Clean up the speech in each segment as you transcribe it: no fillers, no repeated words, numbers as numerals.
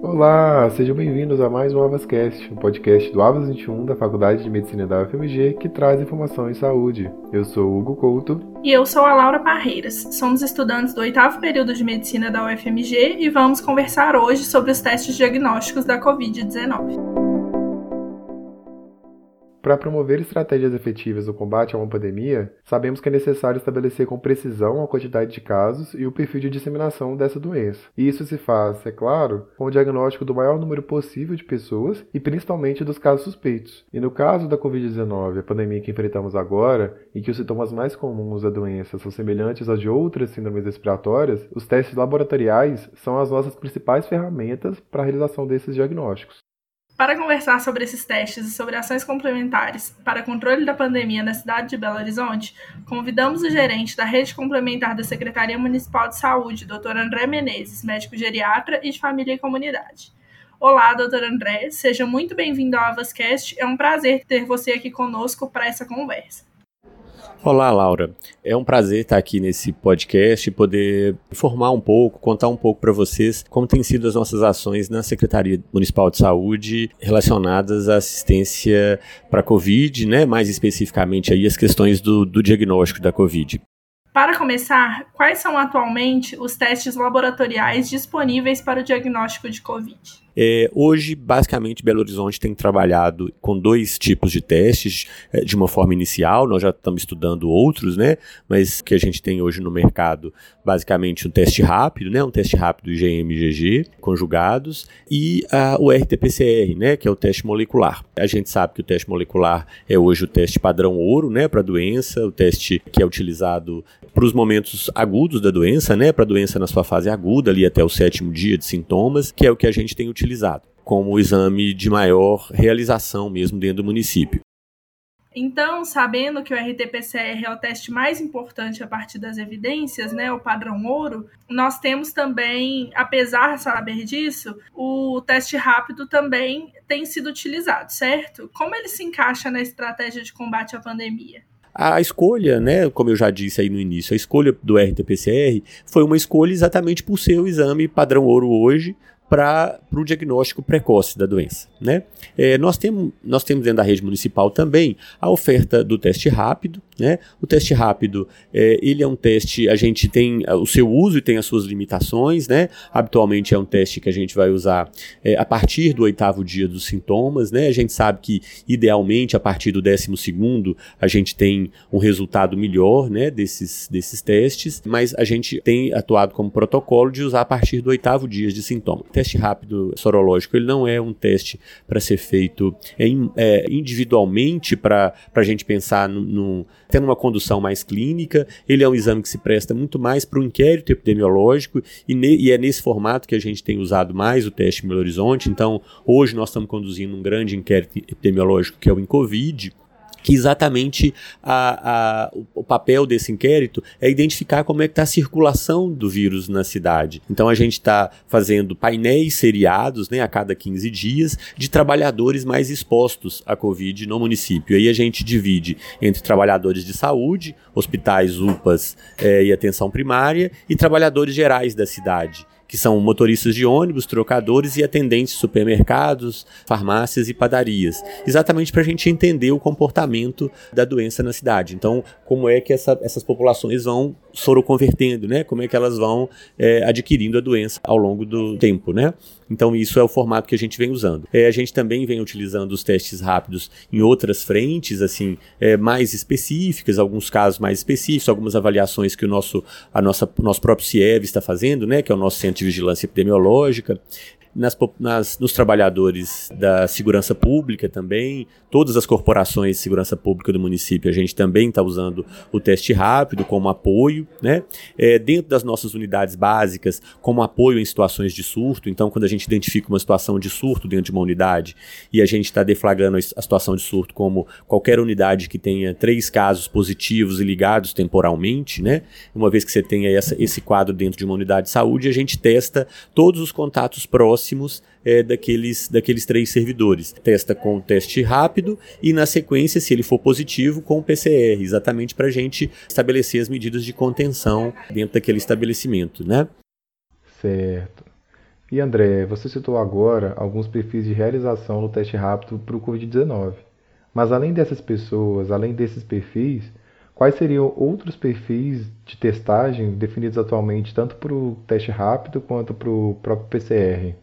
Olá, sejam bem-vindos a mais um AvasCast, um podcast do Avas 21 da Faculdade de Medicina da UFMG que traz informação em saúde. Eu sou o Hugo Couto. E eu sou a Laura Parreiras. Somos estudantes do 8º período de Medicina da UFMG e vamos conversar hoje sobre os testes diagnósticos da Covid-19. Para promover estratégias efetivas no combate a uma pandemia, sabemos que é necessário estabelecer com precisão a quantidade de casos e o perfil de disseminação dessa doença. E isso se faz, é claro, com o diagnóstico do maior número possível de pessoas e principalmente dos casos suspeitos. E no caso da Covid-19, a pandemia que enfrentamos agora, em que os sintomas mais comuns da doença são semelhantes aos de outras síndromes respiratórias, os testes laboratoriais são as nossas principais ferramentas para a realização desses diagnósticos. Para conversar sobre esses testes e sobre ações complementares para controle da pandemia na cidade de Belo Horizonte, convidamos o gerente da Rede Complementar da Secretaria Municipal de Saúde, Dr. André Menezes, médico geriatra e de família e comunidade. Olá, Dr. André, seja muito bem-vindo ao AvasCast. É um prazer ter você aqui conosco para essa conversa. Olá, Laura. É um prazer estar aqui nesse podcast e poder informar um pouco, contar um pouco para vocês como têm sido as nossas ações na Secretaria Municipal de Saúde relacionadas à assistência para a Covid, né? Mais especificamente aí as questões do diagnóstico da Covid. Para começar, quais são atualmente os testes laboratoriais disponíveis para o diagnóstico de Covid? Hoje, basicamente, Belo Horizonte tem trabalhado com dois tipos de testes de uma forma inicial. Nós já estamos estudando outros, né? Mas o que a gente tem hoje no mercado, basicamente um teste rápido, né? Um teste rápido IgM e IgG conjugados e o RT-PCR, né? Que é o teste molecular. A gente sabe que o teste molecular é hoje o teste padrão ouro, né? Para a doença, o teste que é utilizado para os momentos agudos da doença, né? Para a doença na sua fase aguda, ali até o 7º dia de sintomas, que é o que a gente tem utilizado como o exame de maior realização mesmo dentro do município. Então, sabendo que o RT-PCR é o teste mais importante a partir das evidências, né, o padrão ouro, nós temos também, apesar de saber disso, o teste rápido também tem sido utilizado, certo? Como ele se encaixa na estratégia de combate à pandemia? A escolha, né, como eu já disse aí no início, a escolha do RT-PCR foi uma escolha exatamente por ser o exame padrão ouro hoje, para o diagnóstico precoce da doença, né? Nós temos dentro da rede municipal também a oferta do teste rápido, né? O teste rápido, ele é um teste, a gente tem o seu uso e tem as suas limitações, né? Habitualmente é um teste que a gente vai usar a partir do 8º dia dos sintomas, né? A gente sabe que idealmente a partir do 12º a gente tem um resultado melhor, né? Desses testes, mas a gente tem atuado como protocolo de usar a partir do 8º dia de sintoma. O teste rápido sorológico, ele não é um teste para ser feito individualmente para a gente pensar tendo uma condução mais clínica. Ele é um exame que se presta muito mais para o inquérito epidemiológico e é nesse formato que a gente tem usado mais o teste Belo Horizonte. Então, hoje nós estamos conduzindo um grande inquérito epidemiológico que é o InCovid, que exatamente o papel desse inquérito é identificar como é que está a circulação do vírus na cidade. Então a gente está fazendo painéis seriados, né, a cada 15 dias de trabalhadores mais expostos à Covid no município. Aí a gente divide entre trabalhadores de saúde, hospitais, UPAs e atenção primária e trabalhadores gerais da cidade, que são motoristas de ônibus, trocadores e atendentes de supermercados, farmácias e padarias, exatamente para a gente entender o comportamento da doença na cidade. Então, como é que essas populações vão soroconvertendo, né? Como é que elas vão adquirindo a doença ao longo do tempo, né? Então, isso é o formato que a gente vem usando. A gente também vem utilizando os testes rápidos em outras frentes, assim, mais específicas, alguns casos mais específicos, algumas avaliações que o nosso próprio CIEV está fazendo, né? Que é o nosso Centro de Vigilância Epidemiológica. Nos trabalhadores da segurança pública também, todas as corporações de segurança pública do município, a gente também está usando o teste rápido como apoio, né? Dentro das nossas unidades básicas, como apoio em situações de surto. Então, quando a gente identifica uma situação de surto dentro de uma unidade e a gente está deflagrando a situação de surto como qualquer unidade que tenha 3 casos positivos e ligados temporalmente, né? Uma vez que você tenha esse quadro dentro de uma unidade de saúde, a gente testa todos os contatos próximos daqueles 3 servidores. Testa com o teste rápido e, na sequência, se ele for positivo, com o PCR, exatamente para a gente estabelecer as medidas de contenção dentro daquele estabelecimento, né? Certo. E André, você citou agora alguns perfis de realização no teste rápido para o Covid-19. Mas além dessas pessoas, além desses perfis, quais seriam outros perfis de testagem definidos atualmente tanto para o teste rápido quanto para o próprio PCR?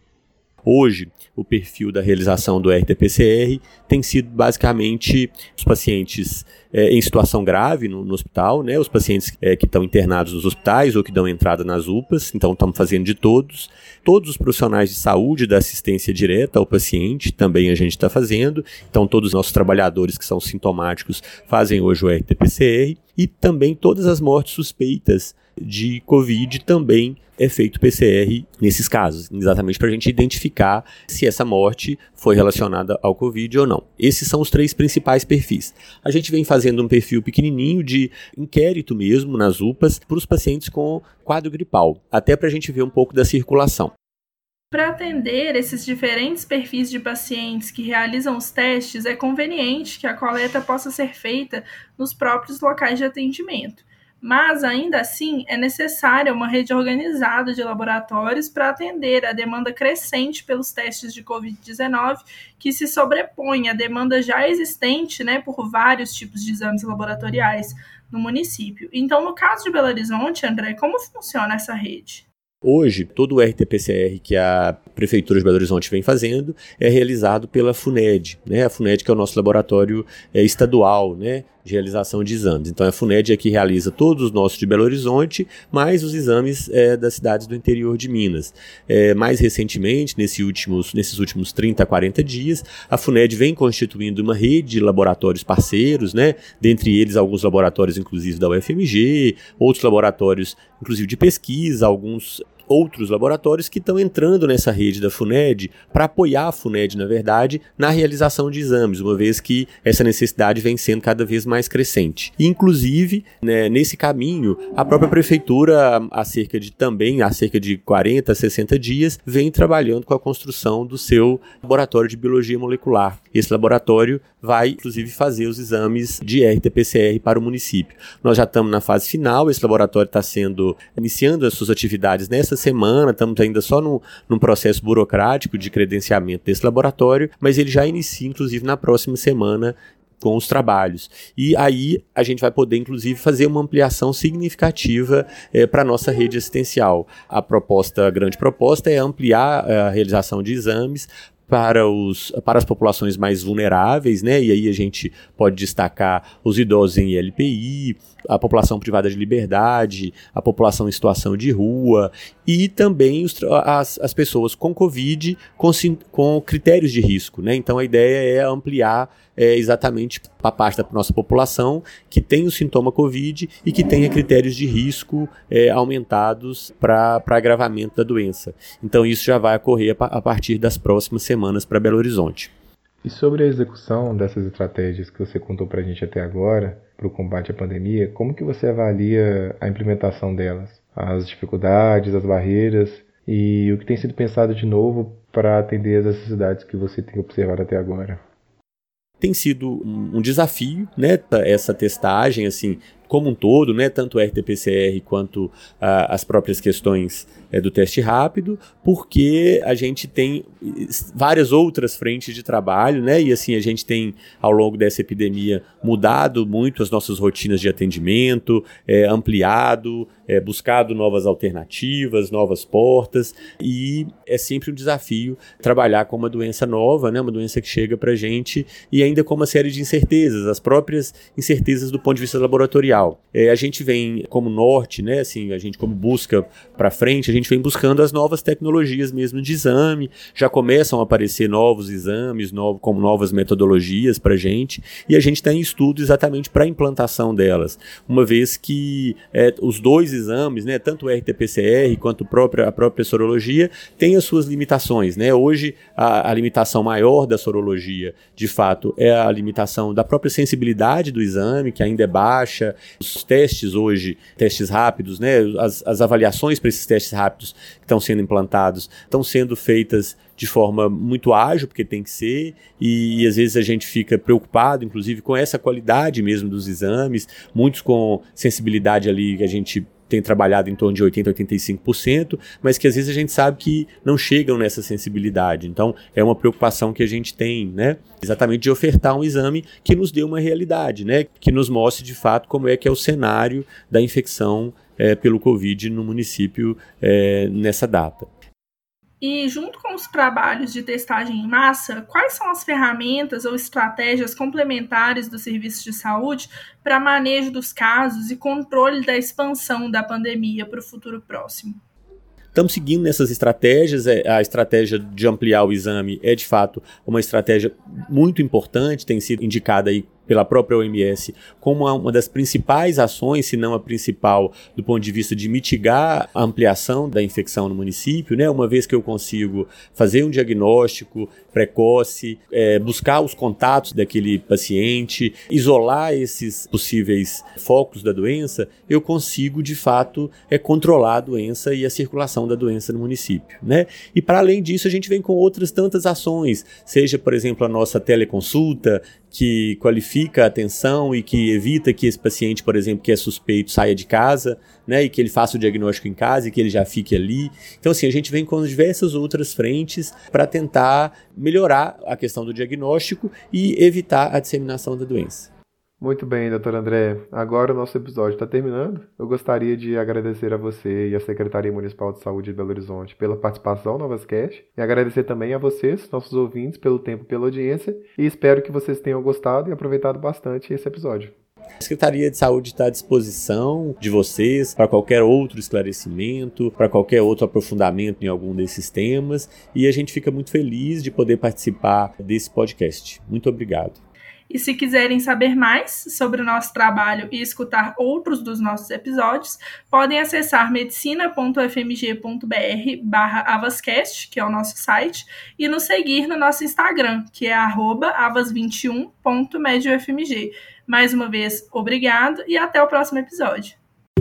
Hoje, o perfil da realização do RT-PCR tem sido basicamente os pacientes em situação grave no hospital, né, os pacientes que estão internados nos hospitais ou que dão entrada nas UPAs, então estamos fazendo de todos os profissionais de saúde da assistência direta ao paciente, também a gente está fazendo, então todos os nossos trabalhadores que são sintomáticos fazem hoje o RT-PCR e também todas as mortes suspeitas de Covid também é feito PCR nesses casos, exatamente para a gente identificar se essa morte foi relacionada ao Covid ou não. Esses são os 3 principais perfis. A gente vem fazendo um perfil pequenininho de inquérito mesmo nas UPAs para os pacientes com quadro gripal, até para a gente ver um pouco da circulação. Para atender esses diferentes perfis de pacientes que realizam os testes, é conveniente que a coleta possa ser feita nos próprios locais de atendimento. Mas, ainda assim, é necessária uma rede organizada de laboratórios para atender a demanda crescente pelos testes de Covid-19, que se sobrepõe à demanda já existente, né, por vários tipos de exames laboratoriais no município. Então, no caso de Belo Horizonte, André, como funciona essa rede? Hoje, todo o RT-PCR que a Prefeitura de Belo Horizonte vem fazendo é realizado pela FUNED, né? A FUNED que é o nosso laboratório estadual, né, de realização de exames. Então, a FUNED é que realiza todos os nossos de Belo Horizonte, mais os exames das cidades do interior de Minas. Mais recentemente, nesses últimos 30 a 40 dias, a FUNED vem constituindo uma rede de laboratórios parceiros, né? Dentre eles, alguns laboratórios, inclusive, da UFMG, outros laboratórios, inclusive, de pesquisa, alguns outros laboratórios que estão entrando nessa rede da FUNED para apoiar a FUNED, na verdade, na realização de exames, uma vez que essa necessidade vem sendo cada vez mais crescente. E, inclusive, né, nesse caminho, a própria Prefeitura, há cerca de 40, 60 dias, vem trabalhando com a construção do seu laboratório de biologia molecular. Esse laboratório vai, inclusive, fazer os exames de RT-PCR para o município. Nós já estamos na fase final, esse laboratório está iniciando as suas atividades nessa semana, estamos ainda só num processo burocrático de credenciamento desse laboratório, mas ele já inicia, inclusive, na próxima semana com os trabalhos. E aí a gente vai poder, inclusive, fazer uma ampliação significativa para a nossa rede assistencial. A grande proposta é ampliar a realização de exames para as populações mais vulneráveis, né? E aí a gente pode destacar os idosos em LPI, a população privada de liberdade, a população em situação de rua e também as pessoas com Covid com critérios de risco, né? Então a ideia é ampliar exatamente a parte da nossa população que tem o sintoma Covid e que tenha critérios de risco aumentados para agravamento da doença. Então isso já vai ocorrer a partir das próximas semanas para Belo Horizonte. E sobre a execução dessas estratégias que você contou para a gente até agora, para o combate à pandemia, como que você avalia a implementação delas? As dificuldades, as barreiras e o que tem sido pensado de novo para atender as necessidades que você tem observado até agora? Tem sido um desafio, né, essa testagem, assim, como um todo, né, tanto o RT-PCR quanto as próprias questões do teste rápido, porque a gente tem várias outras frentes de trabalho, né, e assim a gente tem, ao longo dessa epidemia, mudado muito as nossas rotinas de atendimento, ampliado, buscado novas alternativas, novas portas, e é sempre um desafio trabalhar com uma doença nova, né, uma doença que chega pra gente, e ainda com uma série de incertezas, as próprias incertezas do ponto de vista laboratorial. A gente vem como norte, né, assim, a gente como busca para frente, a gente vem buscando as novas tecnologias mesmo de exame, já começam a aparecer novos exames, com novas metodologias para a gente, e a gente está em estudo exatamente para a implantação delas, uma vez que os dois exames, né, tanto o RT-PCR quanto a própria sorologia, têm as suas limitações, né? Hoje a limitação maior da sorologia, de fato, é a limitação da própria sensibilidade do exame, que ainda é baixa. Os testes hoje, testes rápidos, né, as avaliações para esses testes rápidos que estão sendo implantados, estão sendo feitas de forma muito ágil, porque tem que ser, e às vezes a gente fica preocupado, inclusive, com essa qualidade mesmo dos exames, muitos com sensibilidade ali que a gente tem trabalhado em torno de 80% a 85%, mas que às vezes a gente sabe que não chegam nessa sensibilidade. Então, é uma preocupação que a gente tem, né? Exatamente de ofertar um exame que nos dê uma realidade, né? Que nos mostre de fato como é que é o cenário da infecção pelo Covid no município nessa data. E junto com os trabalhos de testagem em massa, quais são as ferramentas ou estratégias complementares do serviço de saúde para manejo dos casos e controle da expansão da pandemia para o futuro próximo? Estamos seguindo nessas estratégias, a estratégia de ampliar o exame é de fato uma estratégia muito importante, tem sido indicada aí pela própria OMS como uma das principais ações, se não a principal, do ponto de vista de mitigar a ampliação da infecção no município, né? Uma vez que eu consigo fazer um diagnóstico precoce, buscar os contatos daquele paciente, isolar esses possíveis focos da doença, eu consigo, de fato, controlar a doença e a circulação da doença no município, né? E, para além disso, a gente vem com outras tantas ações, seja, por exemplo, a nossa teleconsulta, que qualifica a atenção e que evita que esse paciente, por exemplo, que é suspeito, saia de casa, né, e que ele faça o diagnóstico em casa e que ele já fique ali. Então, assim, a gente vem com diversas outras frentes para tentar melhorar a questão do diagnóstico e evitar a disseminação da doença. Muito bem, doutor André. Agora o nosso episódio está terminando. Eu gostaria de agradecer a você e à Secretaria Municipal de Saúde de Belo Horizonte pela participação no AvasCast e agradecer também a vocês, nossos ouvintes, pelo tempo e pela audiência, e espero que vocês tenham gostado e aproveitado bastante esse episódio. A Secretaria de Saúde está à disposição de vocês para qualquer outro esclarecimento, para qualquer outro aprofundamento em algum desses temas, e a gente fica muito feliz de poder participar desse podcast. Muito obrigado. E se quiserem saber mais sobre o nosso trabalho e escutar outros dos nossos episódios, podem acessar medicina.fmg.br/avascast, que é o nosso site, e nos seguir no nosso Instagram, que é @avas21.mediofmg. Mais uma vez, obrigado e até o próximo episódio.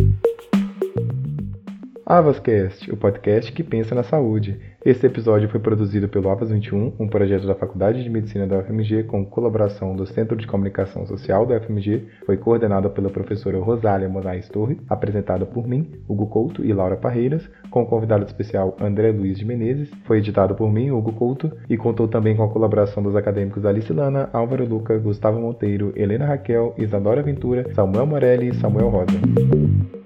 AvasCast, o podcast que pensa na saúde. Este episódio foi produzido pelo Avas 21, um projeto da Faculdade de Medicina da UFMG com colaboração do Centro de Comunicação Social da UFMG. Foi coordenado pela professora Rosália Moraes Torre, apresentado por mim, Hugo Couto e Laura Parreiras, com o convidado especial André Luiz de Menezes. Foi editado por mim, Hugo Couto, e contou também com a colaboração dos acadêmicos Alice Lana, Álvaro Luca, Gustavo Monteiro, Helena Raquel, Isadora Ventura, Samuel Morelli e Samuel Rosa.